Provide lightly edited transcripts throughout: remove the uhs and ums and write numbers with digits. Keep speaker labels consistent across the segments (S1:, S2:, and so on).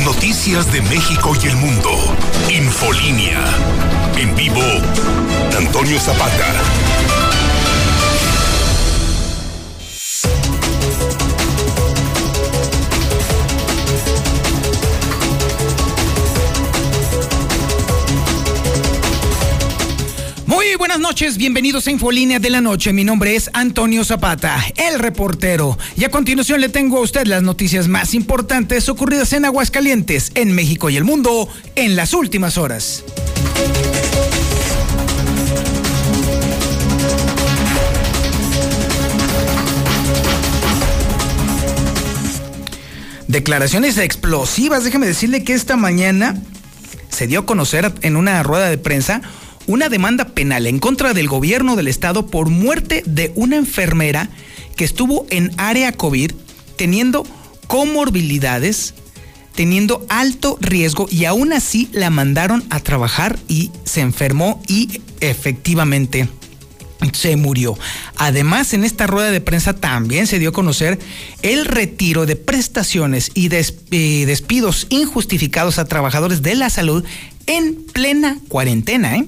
S1: noticias de México y el mundo. Infolínea. En vivo, Antonio Zapata.
S2: Muy buenas noches, bienvenidos a Infolínea de la Noche. Mi nombre es Antonio Zapata, el reportero. Y a continuación le tengo a usted las noticias más importantes ocurridas en Aguascalientes, en México y el mundo, en las últimas horas. Declaraciones explosivas. Déjeme decirle que esta mañana se dio a conocer en una rueda de prensa una demanda penal en contra del gobierno del estado por muerte de una enfermera que estuvo en área COVID teniendo comorbilidades, teniendo alto riesgo, y aún así la mandaron a trabajar y se enfermó y efectivamente se murió. Además, en esta rueda de prensa también se dio a conocer el retiro de prestaciones y despidos injustificados a trabajadores de la salud en plena cuarentena,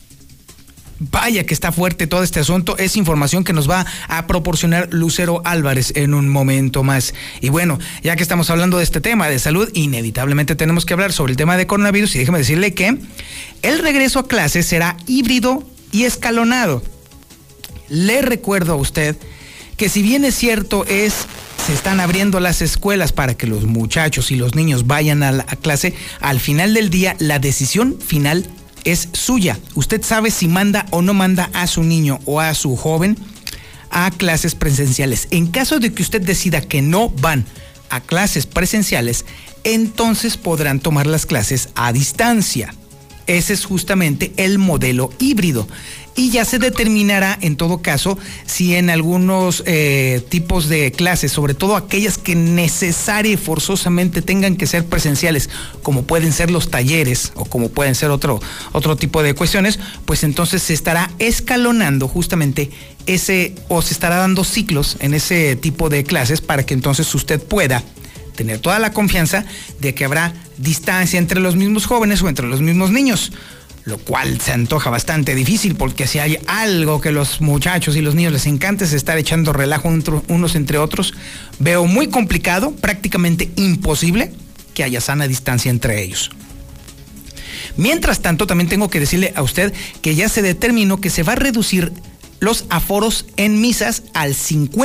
S2: Vaya que está fuerte todo este asunto. Es información que nos va a proporcionar Lucero Álvarez en un momento más. Y bueno, ya que estamos hablando de este tema de salud, inevitablemente tenemos que hablar sobre el tema de coronavirus, y déjeme decirle que el regreso a clases será híbrido y escalonado. Le recuerdo a usted que, si bien es cierto, se están abriendo las escuelas para que los muchachos y los niños vayan a clase, al final del día la decisión final es suya. Usted sabe si manda o no manda a su niño o a su joven a clases presenciales. En caso de que usted decida que no van a clases presenciales, entonces podrán tomar las clases a distancia. Ese es justamente el modelo híbrido. Y ya se determinará, en todo caso, si en algunos tipos de clases, sobre todo aquellas que necesaria y forzosamente tengan que ser presenciales, como pueden ser los talleres o como pueden ser otro tipo de cuestiones, pues entonces se estará escalonando justamente o se estará dando ciclos en ese tipo de clases para que entonces usted pueda tener toda la confianza de que habrá distancia entre los mismos jóvenes o entre los mismos niños. Lo cual se antoja bastante difícil, porque si hay algo que los muchachos y los niños les encanta es estar echando relajo unos entre otros. Veo muy complicado, prácticamente imposible, que haya sana distancia entre ellos. Mientras tanto, también tengo que decirle a usted que ya se determinó que se va a reducir los aforos en misas al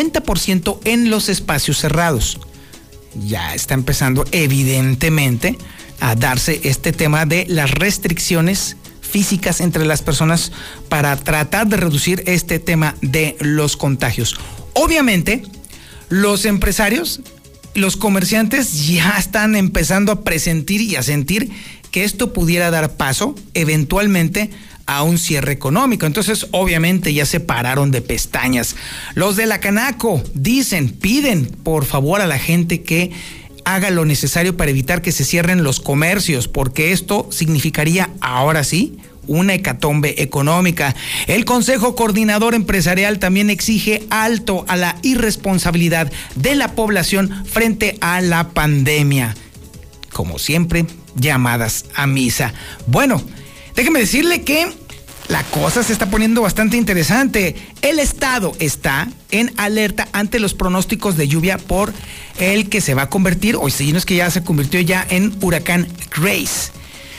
S2: 50% en los espacios cerrados. Ya está empezando, evidentemente, a darse este tema de las restricciones físicas entre las personas para tratar de reducir este tema de los contagios. Obviamente, los empresarios, los comerciantes ya están empezando a presentir y a sentir que esto pudiera dar paso eventualmente a un cierre económico. Entonces, obviamente, ya se pararon de pestañas. Los de la Canaco piden por favor a la gente que haga lo necesario para evitar que se cierren los comercios, porque esto significaría, ahora sí, una hecatombe económica. El Consejo Coordinador Empresarial también exige alto a la irresponsabilidad de la población frente a la pandemia. Como siempre, llamadas a misa. Bueno, déjeme decirle que la cosa se está poniendo bastante interesante. El estado está en alerta ante los pronósticos de lluvia por el que se va a convertir, o si no es que ya se convirtió ya en huracán Grace.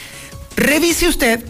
S2: Revise usted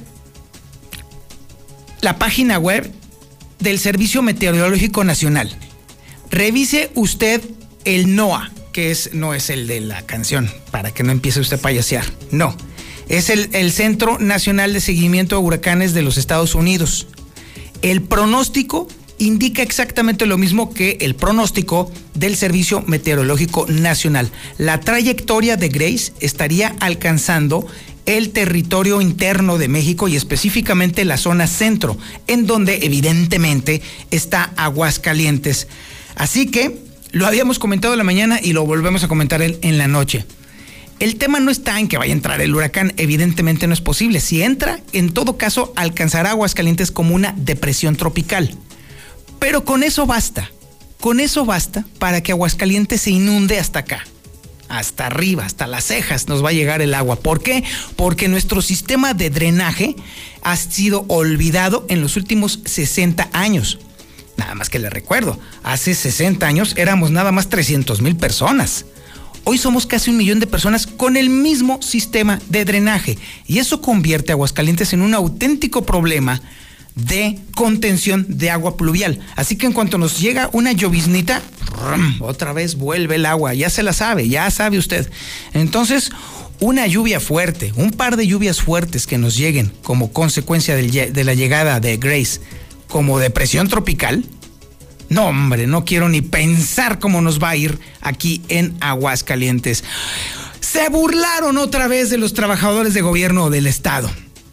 S2: la página web del Servicio Meteorológico Nacional. Revise usted el NOAA, que no es el de la canción, para que no empiece usted a payasear. No. Es el Centro Nacional de Seguimiento a Huracanes de los Estados Unidos. El pronóstico indica exactamente lo mismo que el pronóstico del Servicio Meteorológico Nacional. La trayectoria de Grace estaría alcanzando el territorio interno de México y específicamente la zona centro, en donde evidentemente está Aguascalientes. Así que lo habíamos comentado en la mañana y lo volvemos a comentar en la noche. El tema no está en que vaya a entrar el huracán, evidentemente no es posible. Si entra, en todo caso, alcanzará Aguascalientes como una depresión tropical. Pero con eso basta para que Aguascalientes se inunde hasta acá. hasta arriba, hasta las cejas nos va a llegar el agua. ¿Por qué? Porque nuestro sistema de drenaje ha sido olvidado en los últimos 60 años. Nada más que les recuerdo, hace 60 años éramos nada más 300,000 personas. Hoy somos casi 1 millón de personas con el mismo sistema de drenaje. Y eso convierte a Aguascalientes en un auténtico problema de contención de agua pluvial. Así que en cuanto nos llega una lloviznita, otra vez vuelve el agua. Ya se la sabe, ya sabe usted. Entonces, una lluvia fuerte, un par de lluvias fuertes que nos lleguen como consecuencia de la llegada de Grace como depresión tropical, no, hombre, no quiero ni pensar cómo nos va a ir aquí en Aguascalientes. Se burlaron otra vez de los trabajadores de gobierno del estado.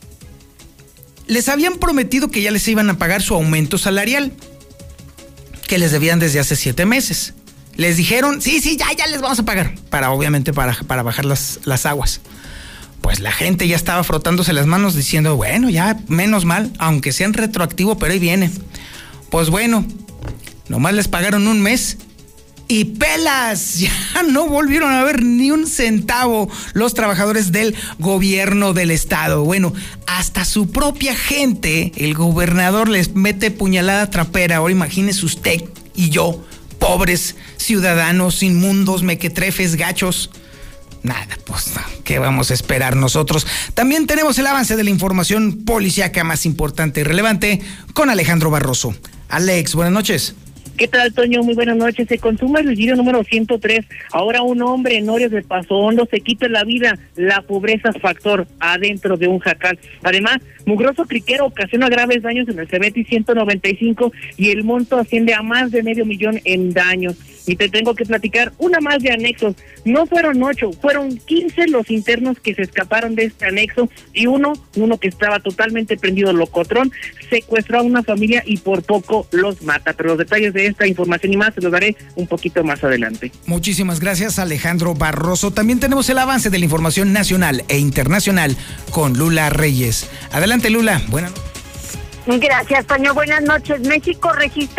S2: Les habían prometido que ya les iban a pagar su aumento salarial, que les debían desde hace 7 meses. Les dijeron, sí, ya les vamos a pagar, obviamente para bajar las aguas. Pues la gente ya estaba frotándose las manos diciendo, bueno, ya menos mal, aunque sean retroactivo, pero ahí viene. Pues bueno, nomás les pagaron 1 mes y pelas, ya no volvieron a ver ni un centavo los trabajadores del gobierno del estado. Bueno, hasta su propia gente, el gobernador les mete puñalada trapera. Ahora imagínese usted y yo, pobres ciudadanos inmundos, mequetrefes, gachos. Nada, pues, ¿qué vamos a esperar nosotros? También tenemos el avance de la información policíaca más importante y relevante con Alejandro Barroso. Alex, buenas noches.
S3: ¿Qué tal, Toño? Muy buenas noches. Se consuma el suicidio número 103. Ahora un hombre en Orios de Paso Hondo se quita la vida. La pobreza es factor adentro de un jacal. Además, mugroso criquero ocasiona graves daños en el Cebeti 195 y el monto asciende a más de $500,000 en daños. Y te tengo que platicar una más de anexos. No fueron 8, fueron 15 los internos que se escaparon de este anexo y uno que estaba totalmente prendido locotrón, secuestró a una familia y por poco los mata. Pero los detalles de esta información y más se los daré un poquito más adelante.
S2: Muchísimas gracias, Alejandro Barroso. También tenemos el avance de la información nacional e internacional con Lula Reyes. Adelante, Lula. Buenas noches.
S4: Gracias, Toño. Buenas noches. México registra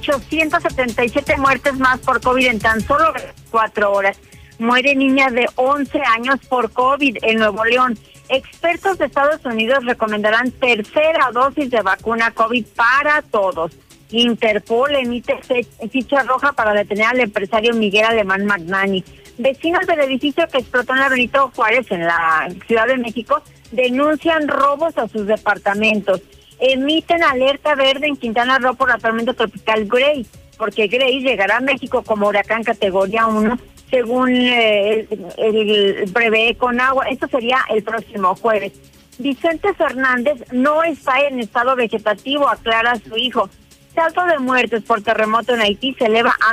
S4: 877 muertes más por COVID en tan solo 4 horas. Muere niña de 11 años por COVID en Nuevo León. Expertos de Estados Unidos recomendarán tercera dosis de vacuna COVID para todos. Interpol emite ficha roja para detener al empresario Miguel Alemán Magnani. Vecinos del edificio que explotó en la Benito Juárez, en la Ciudad de México, denuncian robos a sus departamentos. Emiten alerta verde en Quintana Roo por la tormenta tropical Grace, porque Grace llegará a México como huracán categoría 1, según el prevé Conagua. Esto sería el próximo jueves. Vicente Fernández no está en estado vegetativo, aclara su hijo. Saldo de muertes por terremoto en Haití se eleva a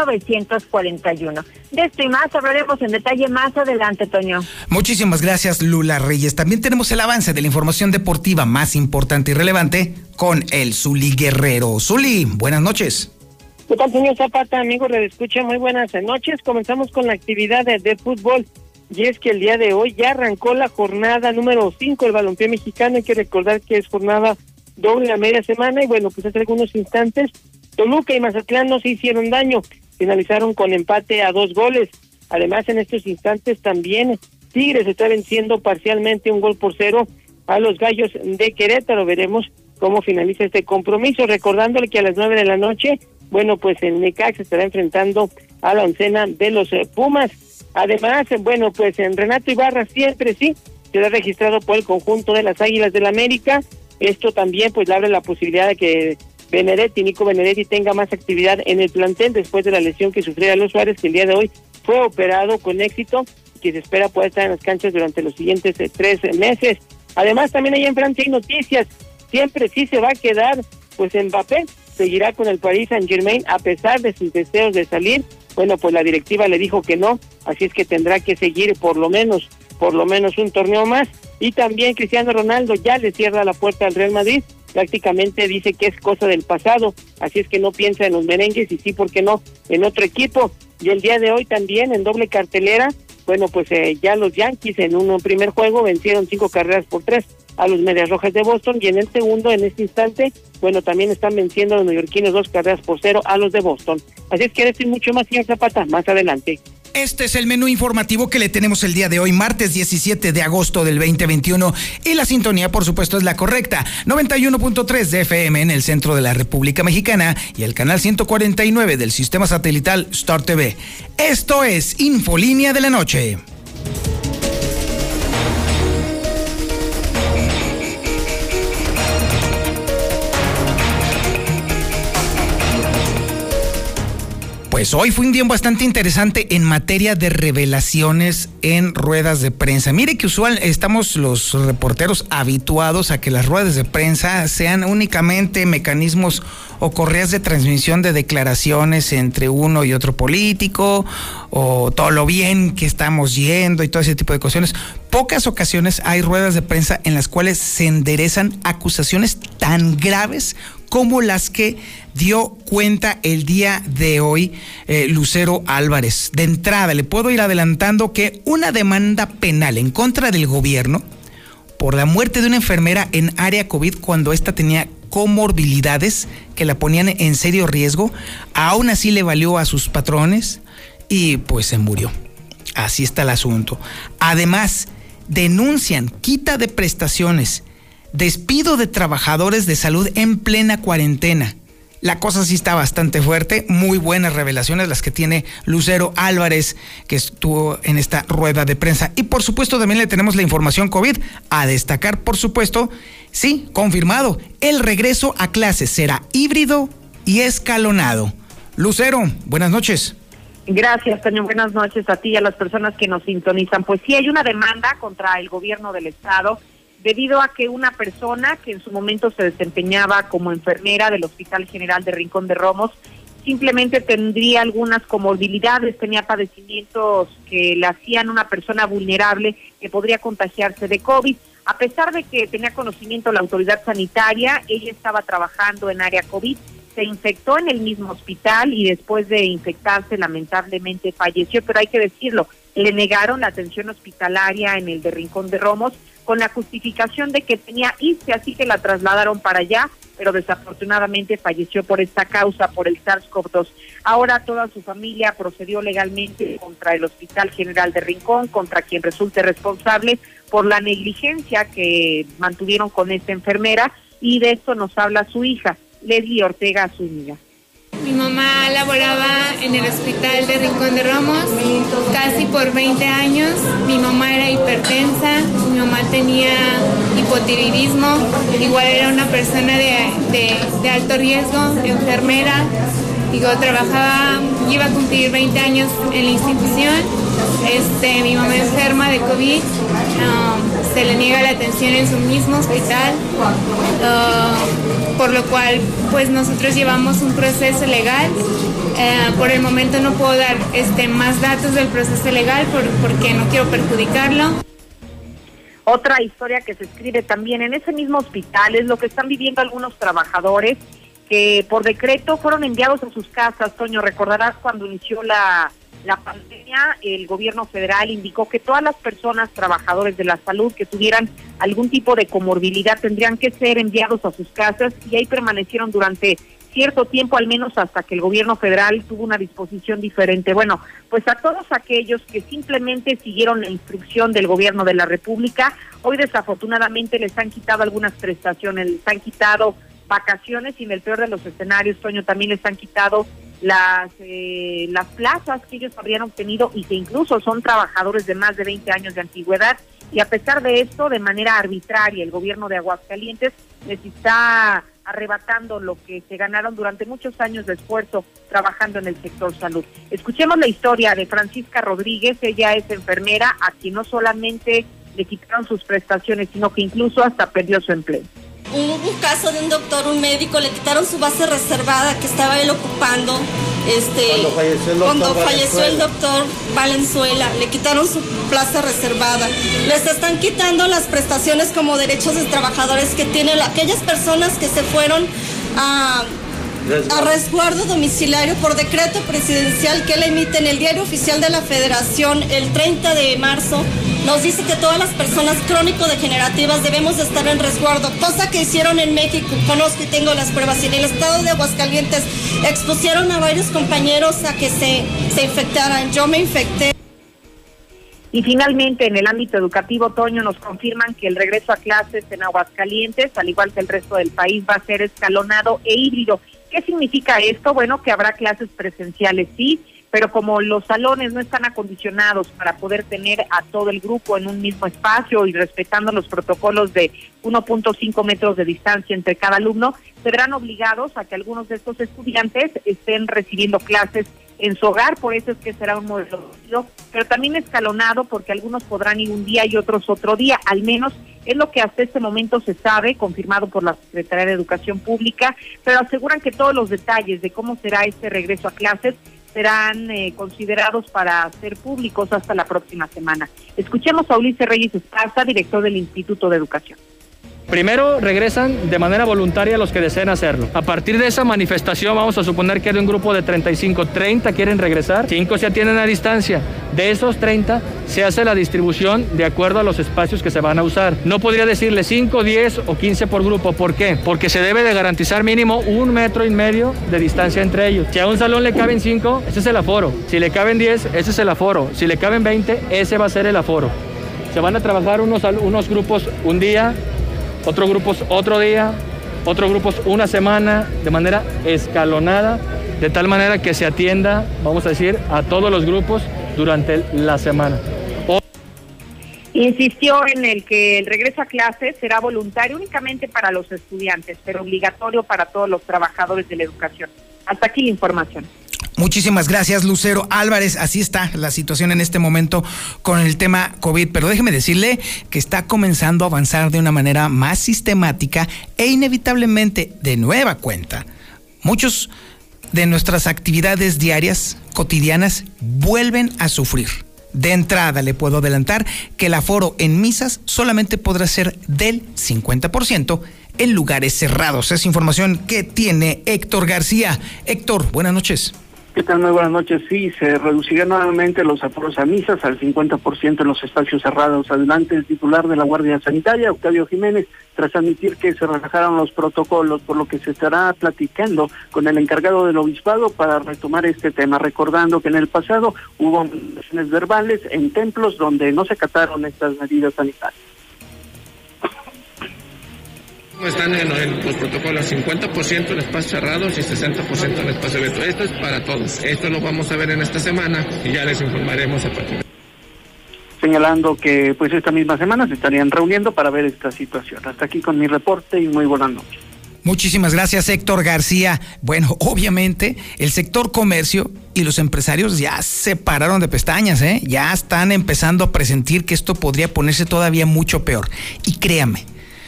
S4: 1941. De esto y más hablaremos en detalle más adelante, Toño.
S2: Muchísimas gracias, Lula Reyes. También tenemos el avance de la información deportiva más importante y relevante con el Zuli Guerrero. Zuli, buenas noches.
S3: ¿Qué tal, señor Zapata? Amigos de Escucha, muy buenas noches. Comenzamos con la actividad de fútbol. Y es que el día de hoy ya arrancó la jornada número 5 del balompié mexicano. Hay que recordar que es jornada doble a media semana y bueno, pues hace algunos instantes Toluca y Mazatlán no se hicieron daño, finalizaron con empate a 2 goles. Además, en estos instantes también Tigres está venciendo parcialmente 1-0 a los Gallos de Querétaro. Veremos cómo finaliza este compromiso, recordándole que a las 9 de la noche, bueno, pues el Necaxa estará enfrentando a la oncena de los Pumas. Además, bueno, pues en Renato Ibarra siempre sí será registrado por el conjunto de las Águilas del América. Esto también pues le abre la posibilidad de que Nico Benedetti tenga más actividad en el plantel después de la lesión que sufrió Leo Suárez, que el día de hoy fue operado con éxito y que se espera pueda estar en las canchas durante los siguientes 3 meses. Además, también allá en Francia hay noticias. Siempre sí se va a quedar pues Mbappé, seguirá con el Paris Saint-Germain a pesar de sus deseos de salir. Bueno, pues la directiva le dijo que no, así es que tendrá que seguir por lo menos un torneo más. Y también Cristiano Ronaldo ya le cierra la puerta al Real Madrid, prácticamente dice que es cosa del pasado, así es que no piensa en los merengues y sí, ¿por qué no?, en otro equipo. Y el día de hoy también en doble cartelera, bueno, pues ya los Yankees en un primer juego vencieron 5-3 a los Medias Rojas de Boston, y en el segundo, en este instante, bueno, también están venciendo a los neoyorquinos 2-0 a los de Boston. Así es que esto y mucho más, señor Zapata, más adelante.
S2: Este es el menú informativo que le tenemos el día de hoy, martes 17 de agosto del 2021. Y la sintonía, por supuesto, es la correcta. 91.3 de FM en el centro de la República Mexicana y el canal 149 del sistema satelital Star TV. Esto es Infolínea de la Noche. Pues hoy fue un día bastante interesante en materia de revelaciones en ruedas de prensa. Mire que estamos los reporteros habituados a que las ruedas de prensa sean únicamente mecanismos o correas de transmisión de declaraciones entre uno y otro político, o todo lo bien que estamos yendo y todo ese tipo de cuestiones. Pocas ocasiones hay ruedas de prensa en las cuales se enderezan acusaciones tan graves como las que dio cuenta el día de hoy Lucero Álvarez. De entrada, le puedo ir adelantando que una demanda penal en contra del gobierno por la muerte de una enfermera en área COVID cuando ésta tenía comorbilidades que la ponían en serio riesgo, aún así le valió a sus patrones y pues se murió. Así está el asunto. Además, denuncian quita de prestaciones, despido de trabajadores de salud en plena cuarentena. La cosa sí está bastante fuerte, muy buenas revelaciones las que tiene Lucero Álvarez, que estuvo en esta rueda de prensa. Y por supuesto también le tenemos la información COVID. A destacar, por supuesto, sí, confirmado, el regreso a clases será híbrido y escalonado. Lucero, buenas noches.
S5: Gracias, Toño. Buenas noches a ti y a las personas que nos sintonizan. Pues sí, hay una demanda contra el gobierno del estado debido a que una persona que en su momento se desempeñaba como enfermera del Hospital General de Rincón de Romos simplemente tendría algunas comorbilidades, tenía padecimientos que la hacían una persona vulnerable que podría contagiarse de COVID. A pesar de que tenía conocimiento la autoridad sanitaria, ella estaba trabajando en área COVID, se infectó en el mismo hospital y después de infectarse lamentablemente falleció, pero hay que decirlo, le negaron la atención hospitalaria en el de Rincón de Romos con la justificación de que tenía ISSSTE, así que la trasladaron para allá, pero desafortunadamente falleció por esta causa, por el SARS-CoV-2. Ahora toda su familia procedió legalmente contra el Hospital General de Rincón, contra quien resulte responsable por la negligencia que mantuvieron con esta enfermera, y de esto nos habla su hija, Leslie Ortega Zúñiga.
S6: Mi mamá laboraba en el Hospital de Rincón de Romos casi por 20 años. Mi mamá era hipertensa, mi mamá tenía hipotiroidismo, igual era una persona de alto riesgo, enfermera. Trabajaba, iba a cumplir 20 años en la institución. Mi mamá enferma de COVID, se le niega la atención en su mismo hospital, por lo cual pues nosotros llevamos un proceso legal. Por el momento no puedo dar más datos del proceso legal porque no quiero perjudicarlo.
S5: Otra historia que se escribe también en ese mismo hospital es lo que están viviendo algunos trabajadores que por decreto fueron enviados a sus casas. Toño, recordarás cuando inició la pandemia, el gobierno federal indicó que todas las personas, trabajadores de la salud que tuvieran algún tipo de comorbilidad tendrían que ser enviados a sus casas, y ahí permanecieron durante cierto tiempo, al menos hasta que el gobierno federal tuvo una disposición diferente. Bueno, pues a todos aquellos que simplemente siguieron la instrucción del gobierno de la República, hoy desafortunadamente les han quitado algunas prestaciones, les han quitado vacaciones y en el peor de los escenarios, Toño, también les han quitado las plazas que ellos habrían obtenido y que incluso son trabajadores de más de 20 años de antigüedad, y a pesar de esto, de manera arbitraria, el gobierno de Aguascalientes les está arrebatando lo que se ganaron durante muchos años de esfuerzo trabajando en el sector salud. Escuchemos la historia de Francisca Rodríguez. Ella es enfermera a quien no solamente le quitaron sus prestaciones, sino que incluso hasta perdió su empleo.
S7: Hubo un caso de un doctor, un médico, le quitaron su base reservada que estaba él ocupando. Cuando falleció el doctor Valenzuela, le quitaron su plaza reservada. Les están quitando las prestaciones como derechos de trabajadores que tienen aquellas personas que se fueron a resguardo domiciliario por decreto presidencial que él emite en el Diario Oficial de la Federación el 30 de marzo nos dice que todas las personas crónico-degenerativas debemos de estar en resguardo, cosa que hicieron en México. Conozco y tengo las pruebas. Y en el estado de Aguascalientes expusieron a varios compañeros a que se infectaran. Yo me infecté.
S5: Y finalmente, en el ámbito educativo, Toño, nos confirman que el regreso a clases en Aguascalientes, al igual que el resto del país, va a ser escalonado e híbrido. ¿Qué significa esto? Bueno, que habrá clases presenciales, sí, pero como los salones no están acondicionados para poder tener a todo el grupo en un mismo espacio y respetando los protocolos de 1.5 metros de distancia entre cada alumno, se verán obligados a que algunos de estos estudiantes estén recibiendo clases en su hogar. Por eso es que será un modelo, pero también escalonado, porque algunos podrán ir un día y otros otro día, al menos es lo que hasta este momento se sabe, confirmado por la Secretaría de Educación Pública, pero aseguran que todos los detalles de cómo será este regreso a clases serán considerados para ser públicos hasta la próxima semana. Escuchemos a Ulises Reyes Esparza, director del Instituto de Educación.
S8: Primero regresan de manera voluntaria los que deseen hacerlo. A partir de esa manifestación, vamos a suponer que de un grupo de 35, 30 quieren regresar, 5 se atienden a distancia. De esos 30 se hace la distribución de acuerdo a los espacios que se van a usar. No podría decirle 5, 10 o 15 por grupo. ¿Por qué? Porque se debe de garantizar mínimo 1,5 metros de distancia entre ellos. Si a un salón le caben 5, ese es el aforo. Si le caben 10, ese es el aforo. Si le caben 20, ese va a ser el aforo. Se van a trabajar unos grupos un día, otros grupos otro día, otros grupos una semana, de manera escalonada, de tal manera que se atienda, vamos a decir, a todos los grupos durante la semana.
S5: Insistió en el que el regreso a clases será voluntario únicamente para los estudiantes, pero obligatorio para todos los trabajadores de la educación. Hasta aquí la información.
S2: Muchísimas gracias, Lucero Álvarez. Así está la situación en este momento con el tema COVID, pero déjeme decirle que está comenzando a avanzar de una manera más sistemática e inevitablemente de nueva cuenta. Muchos de nuestras actividades diarias, cotidianas, vuelven a sufrir. De entrada, le puedo adelantar que el aforo en misas solamente podrá ser del 50% en lugares cerrados. Es información que tiene Héctor García. Héctor, buenas noches.
S9: ¿Qué tal? Muy buenas noches. Sí, se reducirán nuevamente los aforos a misas al 50% en los espacios cerrados. Adelante el titular de la Guardia Sanitaria, Octavio Jiménez, tras admitir que se relajaron los protocolos, por lo que se estará platicando con el encargado del obispado para retomar este tema, recordando que en el pasado hubo manifestaciones verbales en templos donde no se acataron estas medidas sanitarias.
S10: Están en los protocolos 50% en espacios cerrados y 60% en espacio abierto. Esto es para todos. Esto lo vamos a ver en esta semana y ya les informaremos a partir de...
S9: Señalando que pues esta misma semana se estarían reuniendo para ver esta situación. Hasta aquí con mi reporte y muy buenas noches.
S2: Muchísimas gracias, Héctor García. Bueno, obviamente el sector comercio y los empresarios ya se pararon de pestañas, ya están empezando a presentir que esto podría ponerse todavía mucho peor. Y créame,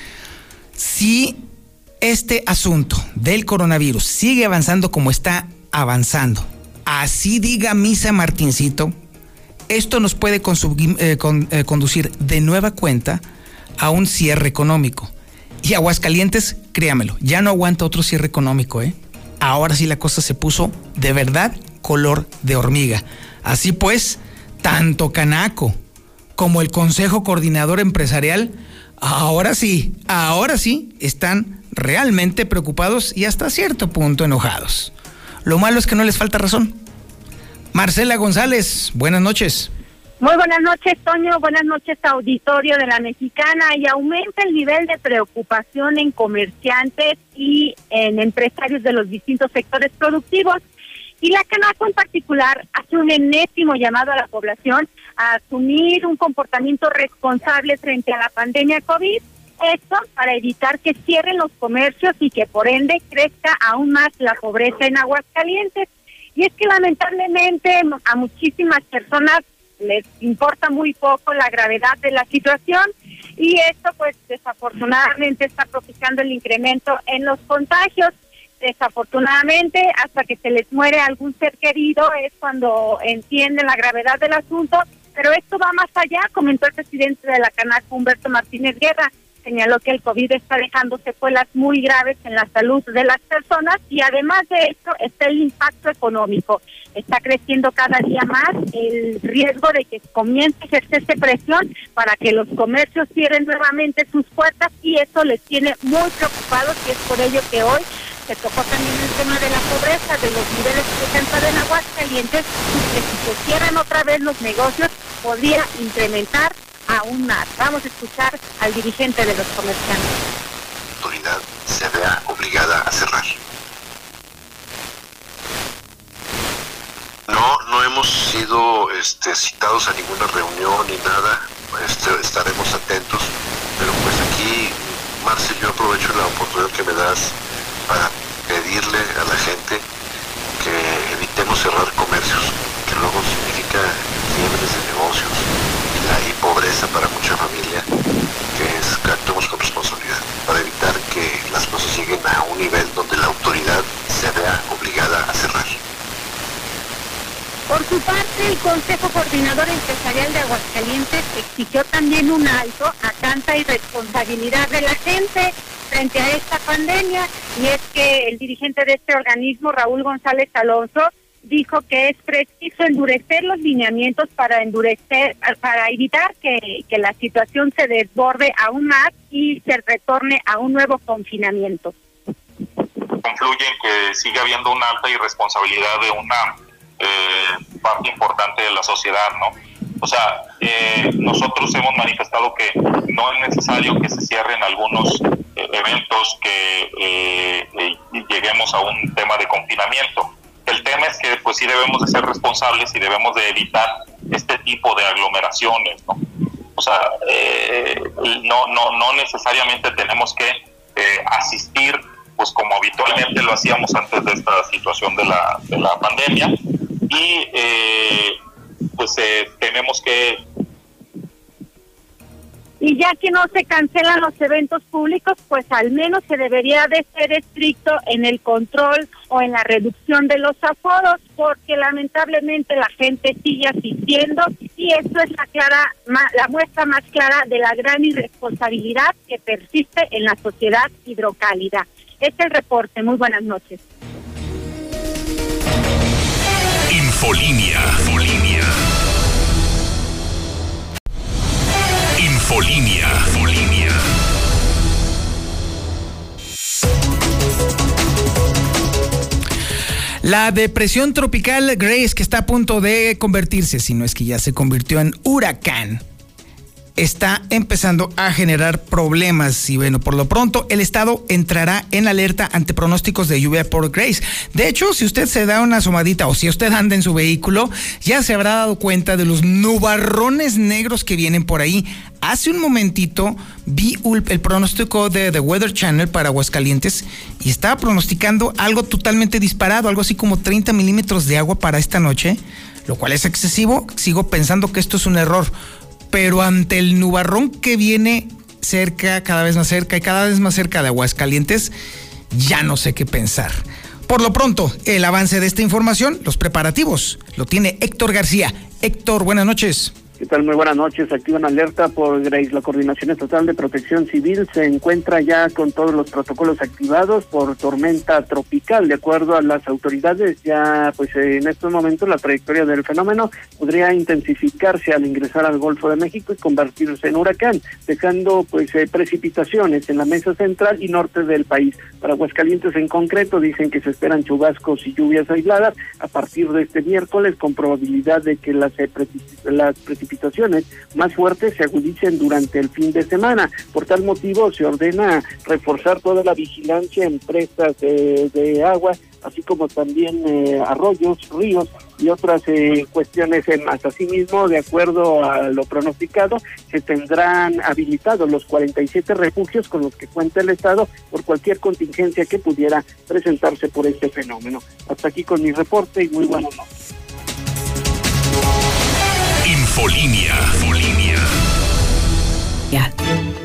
S2: si este asunto del coronavirus sigue avanzando como está avanzando, así diga Misa Martincito, esto nos puede conducir de nueva cuenta a un cierre económico. Y Aguascalientes, créamelo, ya no aguanta otro cierre económico, Ahora sí la cosa se puso de verdad color de hormiga. Así pues, tanto Canaco como el Consejo Coordinador Empresarial ahora sí, están realmente preocupados y hasta cierto punto enojados. Lo malo es que no les falta razón. Marcela González, buenas noches.
S4: Muy buenas noches, Toño. Buenas noches, auditorio de La Mexicana. Y aumenta el nivel de preocupación en comerciantes y en empresarios de los distintos sectores productivos. Y la Canaco en particular hace un enésimo llamado a la población a asumir un comportamiento responsable frente a la pandemia COVID. Esto para evitar que cierren los comercios y que por ende crezca aún más la pobreza en Aguascalientes. Y es que lamentablemente a muchísimas personas les importa muy poco la gravedad de la situación y esto pues desafortunadamente está propiciando el incremento en los contagios. Desafortunadamente, hasta que se les muere algún ser querido es cuando entienden la gravedad del asunto, pero esto va más allá, comentó el presidente de la Canaco, Humberto Martínez Guerra. Señaló que el COVID está dejando secuelas muy graves en la salud de las personas y además de esto está el impacto económico. Está creciendo cada día más el riesgo de que comience a ejercerse presión para que los comercios cierren nuevamente sus puertas y eso les tiene muy preocupados y es por ello que hoy se tocó también el tema de la pobreza, de los niveles que se encuentran en Aguascalientes, que si se cierran otra vez los negocios podría incrementar aún más. Vamos a escuchar al dirigente de los comerciantes.
S11: La autoridad se vea obligada a cerrar. No hemos sido citados a ninguna reunión ni nada, estaremos atentos, pero pues aquí, Marce, yo aprovecho la oportunidad que me das para pedirle a la gente que evitemos cerrar comercios, que luego significa quiebres de negocios y pobreza para mucha familia, que actuemos con responsabilidad para evitar que las cosas lleguen a un nivel donde la autoridad se vea obligada a cerrar.
S4: Por su parte, el Consejo Coordinador Empresarial de Aguascalientes exigió también un alto a tanta irresponsabilidad de la gente frente a esta pandemia, y es que el dirigente de este organismo, Raúl González Alonso, dijo que es preciso endurecer los lineamientos para evitar que la situación se desborde aún más y se retorne a un nuevo confinamiento.
S12: Concluyen que sigue habiendo una alta irresponsabilidad de una parte importante de la sociedad, ¿no? O sea, nosotros hemos manifestado que no es necesario que se cierren algunos eventos, que lleguemos a un tema de confinamiento. El tema es que pues sí debemos de ser responsables y debemos de evitar este tipo de aglomeraciones, ¿no? O sea, no necesariamente tenemos que asistir pues como habitualmente lo hacíamos antes de esta situación de la pandemia, y pues tenemos que...
S4: Y ya que no se cancelan los eventos públicos, pues al menos se debería de ser estricto en el control o en la reducción de los aforos, porque lamentablemente la gente sigue asistiendo y esto es la muestra más clara de la gran irresponsabilidad que persiste en la sociedad hidrocálida. Este es el reporte. Muy buenas noches.
S1: Infolínea.
S2: La depresión tropical Grace, que está a punto de convertirse, si no es que ya se convirtió en huracán, está empezando a generar problemas y bueno, por lo pronto el estado entrará en alerta ante pronósticos de lluvia por Grace. De hecho, si usted se da una asomadita o si usted anda en su vehículo, ya se habrá dado cuenta de los nubarrones negros que vienen por ahí. Hace un momentito vi el pronóstico de The Weather Channel para Aguascalientes y estaba pronosticando algo totalmente disparado, algo así como 30 milímetros de agua para esta noche, lo cual es excesivo. Sigo pensando que esto es un error, pero ante el nubarrón que viene cerca, cada vez más cerca y cada vez más cerca de Aguascalientes, ya no sé qué pensar. Por lo pronto, el avance de esta información, los preparativos, lo tiene Héctor García. Héctor, buenas noches.
S9: ¿Qué tal? Muy buenas noches. Activan alerta por Grace. La Coordinación Estatal de Protección Civil se encuentra ya con todos los protocolos activados por tormenta tropical. De acuerdo a las autoridades, ya pues en estos momentos la trayectoria del fenómeno podría intensificarse al ingresar al Golfo de México y convertirse en huracán, dejando pues precipitaciones en la mesa central y norte del país. Para Aguascalientes en concreto dicen que se esperan chubascos y lluvias aisladas a partir de este miércoles, con probabilidad de que las precipitaciones más fuertes se agudicen durante el fin de semana. Por tal motivo se ordena reforzar toda la vigilancia en presas de agua, así como también arroyos, ríos y otras cuestiones más. Asimismo, de acuerdo a lo pronosticado, se tendrán habilitados los 47 refugios con los que cuenta el Estado por cualquier contingencia que pudiera presentarse por este fenómeno. Hasta aquí con mi reporte y muy buenas noches.
S1: Infolínea.
S2: Ya.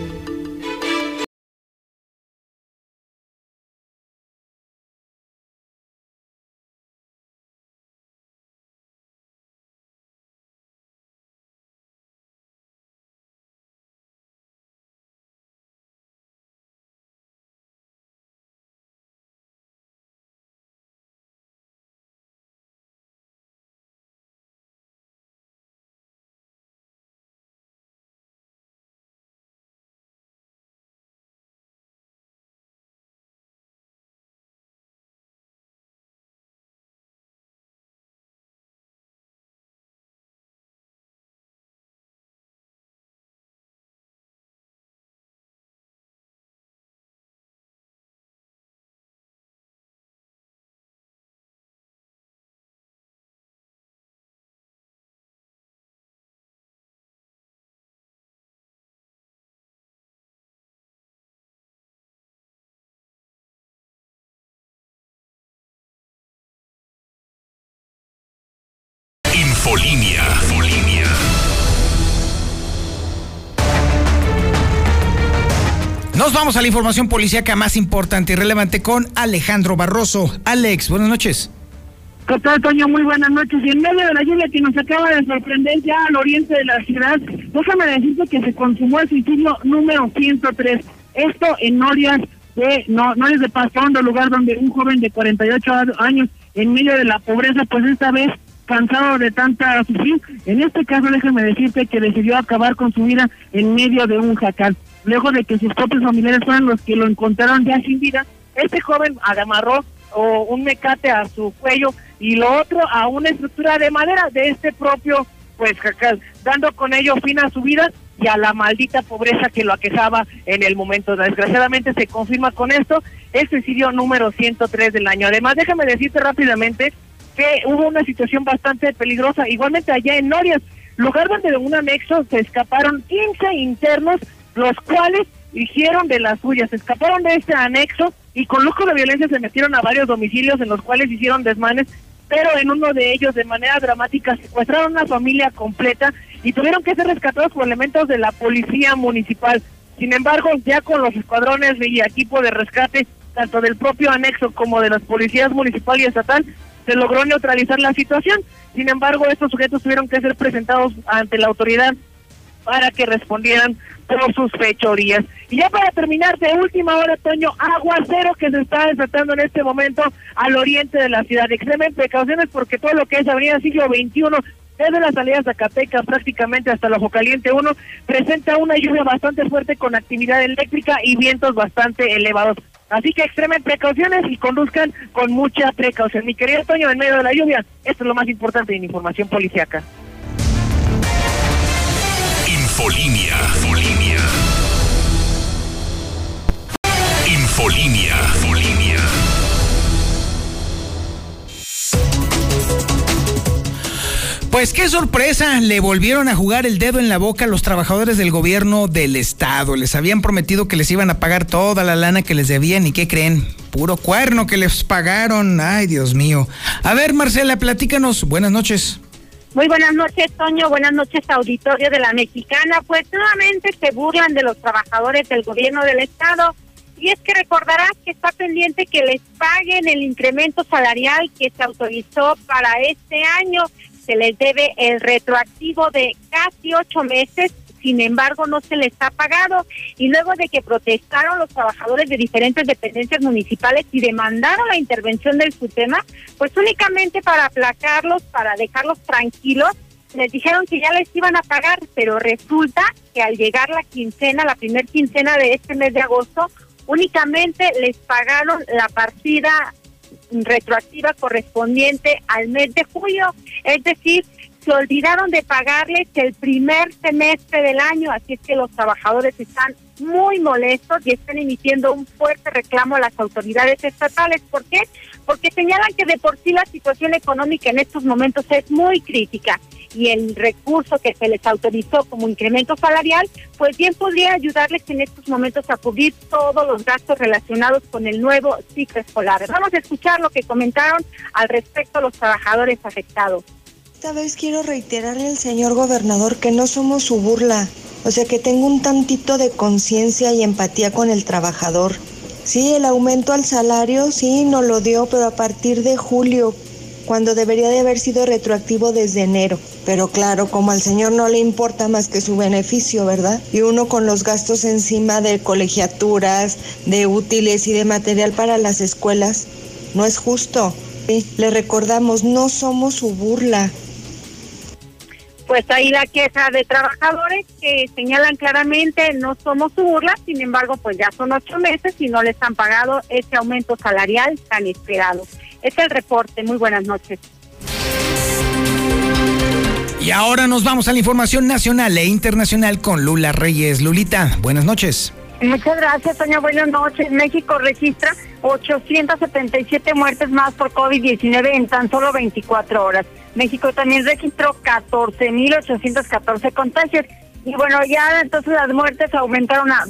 S1: Infolinia.
S2: Nos vamos a la información policíaca más importante y relevante con Alejandro Barroso. Alex, buenas noches.
S13: ¿Qué tal, Toño? Muy buenas noches. Y en medio de la lluvia que nos acaba de sorprender ya al oriente de la ciudad, déjame decirte que se consumó el suicidio número 103. Esto en Norias de Pastondo, lugar donde un joven de 48 años, en medio de la pobreza, pues esta vez cansado de tanta sufrir, en este caso déjame decirte que decidió acabar con su vida en medio de un jacal. Luego de que sus propios familiares fueron los que lo encontraron ya sin vida, este joven amarró un mecate a su cuello y lo otro a una estructura de madera de este propio jacal, dando con ello fin a su vida y a la maldita pobreza que lo aquejaba en el momento. Desgraciadamente se confirma con esto el suicidio número 103 del año. Además, déjame decirte rápidamente que hubo una situación bastante peligrosa, igualmente allá en Norias, lugar donde de un anexo se escaparon 15 internos, los cuales hicieron de las suyas, escaparon de este anexo y con lujo de violencia se metieron a varios domicilios en los cuales hicieron desmanes, pero en uno de ellos de manera dramática secuestraron una familia completa y tuvieron que ser rescatados por elementos de la policía municipal. Sin embargo, ya con los escuadrones y equipo de rescate, tanto del propio anexo como de las policías municipal y estatal, se logró neutralizar la situación. Sin embargo, estos sujetos tuvieron que ser presentados ante la autoridad para que respondieran por sus fechorías. Y ya para terminar, de última hora, Toño, aguacero que se está desatando en este momento al oriente de la ciudad. Extremen precauciones porque todo lo que es Avenida Siglo XXI, desde las salidas de Zacatecas prácticamente hasta el Ojo Caliente 1, presenta una lluvia bastante fuerte con actividad eléctrica y vientos bastante elevados. Así que extremen precauciones y conduzcan con mucha precaución. Mi querido Toño, en medio de la lluvia, esto es lo más importante en información policiaca.
S1: Infolinia.
S2: Pues qué sorpresa, le volvieron a jugar el dedo en la boca a los trabajadores del gobierno del estado. Les habían prometido que les iban a pagar toda la lana que les debían y ¿qué creen? Puro cuerno que les pagaron. Ay, Dios mío. A ver, Marcela, platícanos. Buenas noches.
S4: Muy buenas noches, Toño. Buenas noches, auditorio de la Mexicana. Pues nuevamente se burlan de los trabajadores del gobierno del estado. Y es que recordarás que está pendiente que les paguen el incremento salarial que se autorizó para este año. Se les debe el retroactivo de casi 8 meses. Sin embargo, no se les ha pagado. Y luego de que protestaron los trabajadores de diferentes dependencias municipales y demandaron la intervención del SUTEMA, pues únicamente para aplacarlos, para dejarlos tranquilos, les dijeron que ya les iban a pagar, pero resulta que al llegar la primer quincena de este mes de agosto, únicamente les pagaron la partida retroactiva correspondiente al mes de julio, es decir, se olvidaron de pagarles el primer semestre del año, así es que los trabajadores están muy molestos y están emitiendo un fuerte reclamo a las autoridades estatales. ¿Por qué? Porque señalan que de por sí la situación económica en estos momentos es muy crítica y el recurso que se les autorizó como incremento salarial, pues bien podría ayudarles en estos momentos a cubrir todos los gastos relacionados con el nuevo ciclo escolar. Vamos a escuchar lo que comentaron al respecto los trabajadores afectados.
S14: Esta vez quiero reiterarle al señor gobernador que no somos su burla, o sea que tengo un tantito de conciencia y empatía con el trabajador. Sí, el aumento al salario, sí, nos lo dio, pero a partir de julio, cuando debería de haber sido retroactivo desde enero. Pero claro, como al señor no le importa más que su beneficio, ¿verdad? Y uno con los gastos encima de colegiaturas, de útiles y de material para las escuelas, no es justo. Sí, le recordamos, no somos su burla.
S4: Pues ahí la queja de trabajadores que señalan claramente no somos su burla, sin embargo pues ya son 8 meses y no les han pagado ese aumento salarial tan esperado. Es el reporte, muy buenas noches.
S2: Y ahora nos vamos a la información nacional e internacional con Lula Reyes. Lulita, buenas noches.
S4: Muchas gracias, Toño. Buenas noches. México registra 877 muertes más por COVID-19 en tan solo 24 horas. México también registró 14.814 contagios. Y bueno, ya entonces las muertes aumentaron a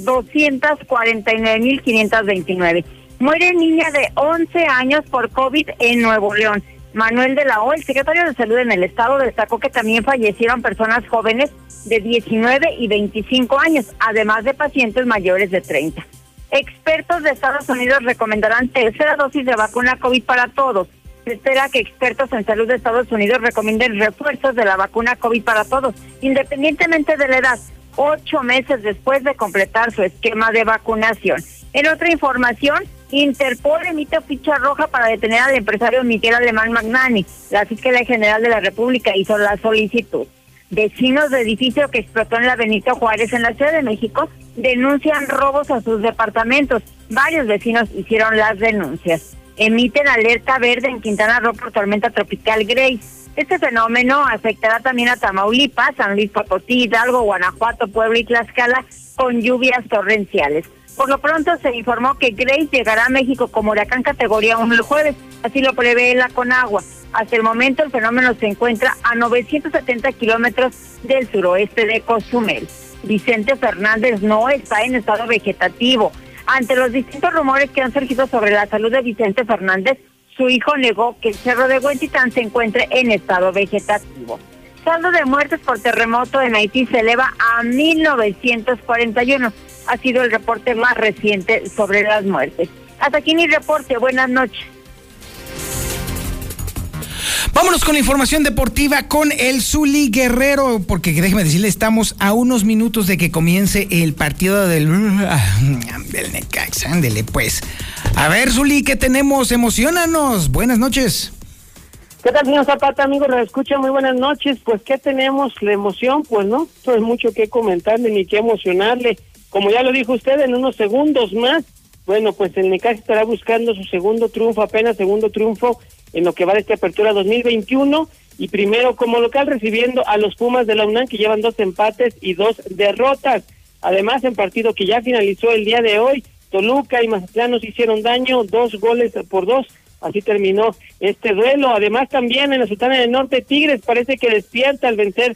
S4: 249.529. Muere niña de 11 años por COVID en Nuevo León. Manuel de la O, el secretario de Salud en el estado, destacó que también fallecieron personas jóvenes de 19 y 25 años, además de pacientes mayores de 30. Expertos de Estados Unidos recomendarán tercera dosis de vacuna COVID para todos. Se espera que expertos en salud de Estados Unidos recomienden refuerzos de la vacuna COVID para todos, independientemente de la edad, 8 meses después de completar su esquema de vacunación. En otra información, Interpol emite ficha roja para detener al empresario Miguel Alemán Magnani. La Fiscalía General de la República hizo la solicitud. Vecinos de edificio que explotó en la Benito Juárez en la Ciudad de México denuncian robos a sus departamentos. Varios vecinos hicieron las denuncias. Emiten alerta verde en Quintana Roo por tormenta tropical Grace. Este fenómeno afectará también a Tamaulipas, San Luis Potosí, Hidalgo, Guanajuato, Puebla y Tlaxcala con lluvias torrenciales. Por lo pronto se informó que Grace llegará a México como huracán categoría 1 el jueves, así lo prevé la Conagua. Hasta el momento el fenómeno se encuentra a 970 kilómetros del suroeste de Cozumel. Vicente Fernández no está en estado vegetativo. Ante los distintos rumores que han surgido sobre la salud de Vicente Fernández, su hijo negó que el cerro de Huentitán se encuentre en estado vegetativo. Saldo de muertes por terremoto en Haití se eleva a 1,941. Ha sido el reporte más reciente sobre las muertes. Hasta aquí mi reporte. Buenas noches.
S2: Vámonos con la información deportiva con el Zuli Guerrero, porque déjeme decirle, estamos a unos minutos de que comience el partido del Necaxa. Ándele pues. A ver, Zuli, ¿qué tenemos? Emociónanos. Buenas noches.
S3: ¿Qué tal, señor Zapata, amigo? Lo escucha, muy buenas noches. Pues, ¿qué tenemos? La emoción, pues no, no es mucho que comentarle ni que emocionarle. Como ya lo dijo usted, en unos segundos más, bueno, pues el Necaxa estará buscando su segundo triunfo en lo que va de esta apertura 2021, y primero como local recibiendo a los Pumas de la UNAM, que llevan 2 empates y 2 derrotas. Además, en partido que ya finalizó el día de hoy, Toluca y Mazatlán nos hicieron daño, 2-2. Así terminó este duelo. Además, también en la Sultana del Norte, Tigres parece que despierta al vencer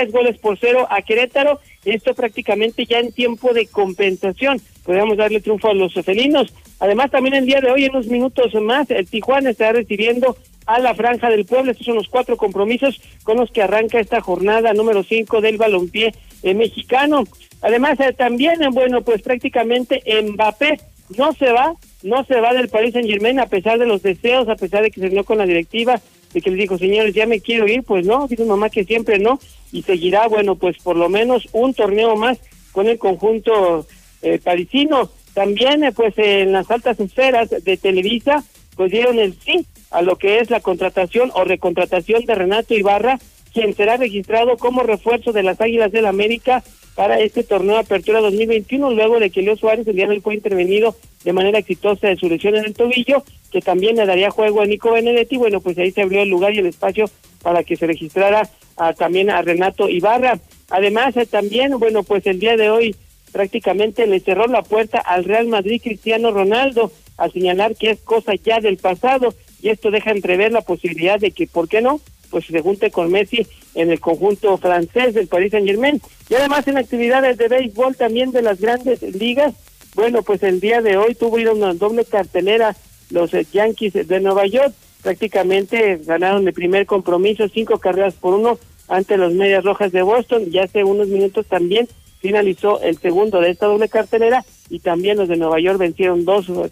S3: 3-0 a Querétaro. Esto prácticamente ya en tiempo de compensación. Podríamos darle triunfo a los felinos. Además, también el día de hoy, en unos minutos más, el Tijuana estará recibiendo a la Franja del Puebla. Estos son los 4 compromisos con los que arranca esta jornada número 5 del balompié mexicano. Además, también, bueno, pues prácticamente Mbappé no se va del Paris Saint-Germain a pesar de los deseos, a pesar de que se reunió con la directiva, de que les dijo, señores, ya me quiero ir. Pues no, dice mamá que siempre no, y seguirá, bueno, pues por lo menos un torneo más con el conjunto parisino. También, pues en las altas esferas de Televisa, pues dieron el sí a lo que es la contratación o recontratación de Renato Ibarra, quien será registrado como refuerzo de las Águilas del América para este torneo de apertura 2021, luego de que Leo Suárez el día de hoy fue intervenido de manera exitosa de su lesión en el tobillo, que también le daría juego a Nico Benedetti. Bueno, pues ahí se abrió el lugar y el espacio para que se registrara también a Renato Ibarra. Además, también, bueno, pues el día de hoy prácticamente le cerró la puerta al Real Madrid Cristiano Ronaldo, al señalar que es cosa ya del pasado, y esto deja entrever la posibilidad de que, ¿por qué no?, pues se junte con Messi en el conjunto francés del Paris Saint-Germain. Y además en actividades de béisbol también de las grandes ligas, bueno, pues el día de hoy tuvieron una doble cartelera los Yankees de Nueva York. Prácticamente ganaron el primer compromiso 5-1 ante los Medias Rojas de Boston, y hace unos minutos también finalizó el segundo de esta doble cartelera, y también los de Nueva York vencieron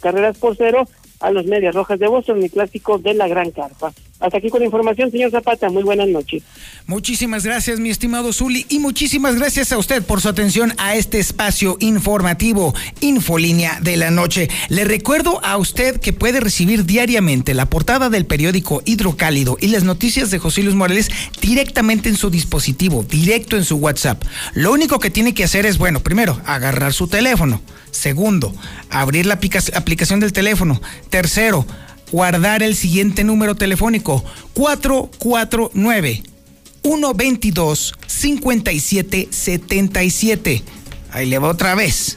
S3: 2-0 a los Medias Rojas de Boston, el clásico de la Gran Carpa. Hasta aquí con la información, señor Zapata. Muy buenas noches.
S2: Muchísimas gracias, mi estimado Zuli, y muchísimas gracias a usted por su atención a este espacio informativo, Infolínea de la Noche. Le recuerdo a usted que puede recibir diariamente la portada del periódico Hidrocálido y las noticias de José Luis Morales directamente en su dispositivo, directo en su WhatsApp. Lo único que tiene que hacer es, bueno, primero, agarrar su teléfono. Segundo, abrir la aplicación del teléfono. Tercero, guardar el siguiente número telefónico: 449-122-5777. Ahí le va otra vez: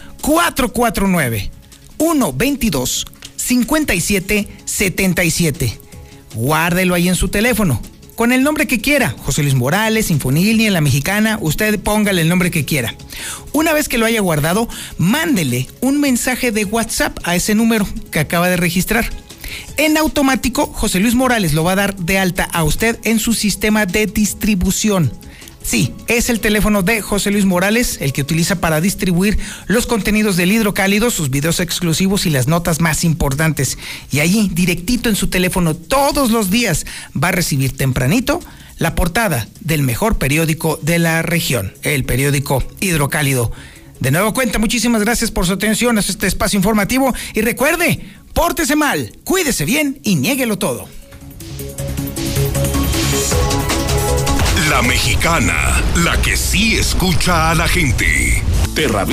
S2: 449-122-5777. Guárdelo ahí en su teléfono, con el nombre que quiera: José Luis Morales, Infolínea, La Mexicana. Usted póngale el nombre que quiera. Una vez que lo haya guardado, mándele un mensaje de WhatsApp a ese número que acaba de registrar. En automático, José Luis Morales lo va a dar de alta a usted en su sistema de distribución. Sí, es el teléfono de José Luis Morales, el que utiliza para distribuir los contenidos del Hidrocálido, sus videos exclusivos y las notas más importantes. Y allí, directito en su teléfono, todos los días, va a recibir tempranito la portada del mejor periódico de la región, el periódico Hidrocálido. De nuevo cuenta, muchísimas gracias por su atención a este espacio informativo y recuerde, pórtese mal, cuídese bien y niéguelo todo.
S1: La Mexicana, la que sí escucha a la gente.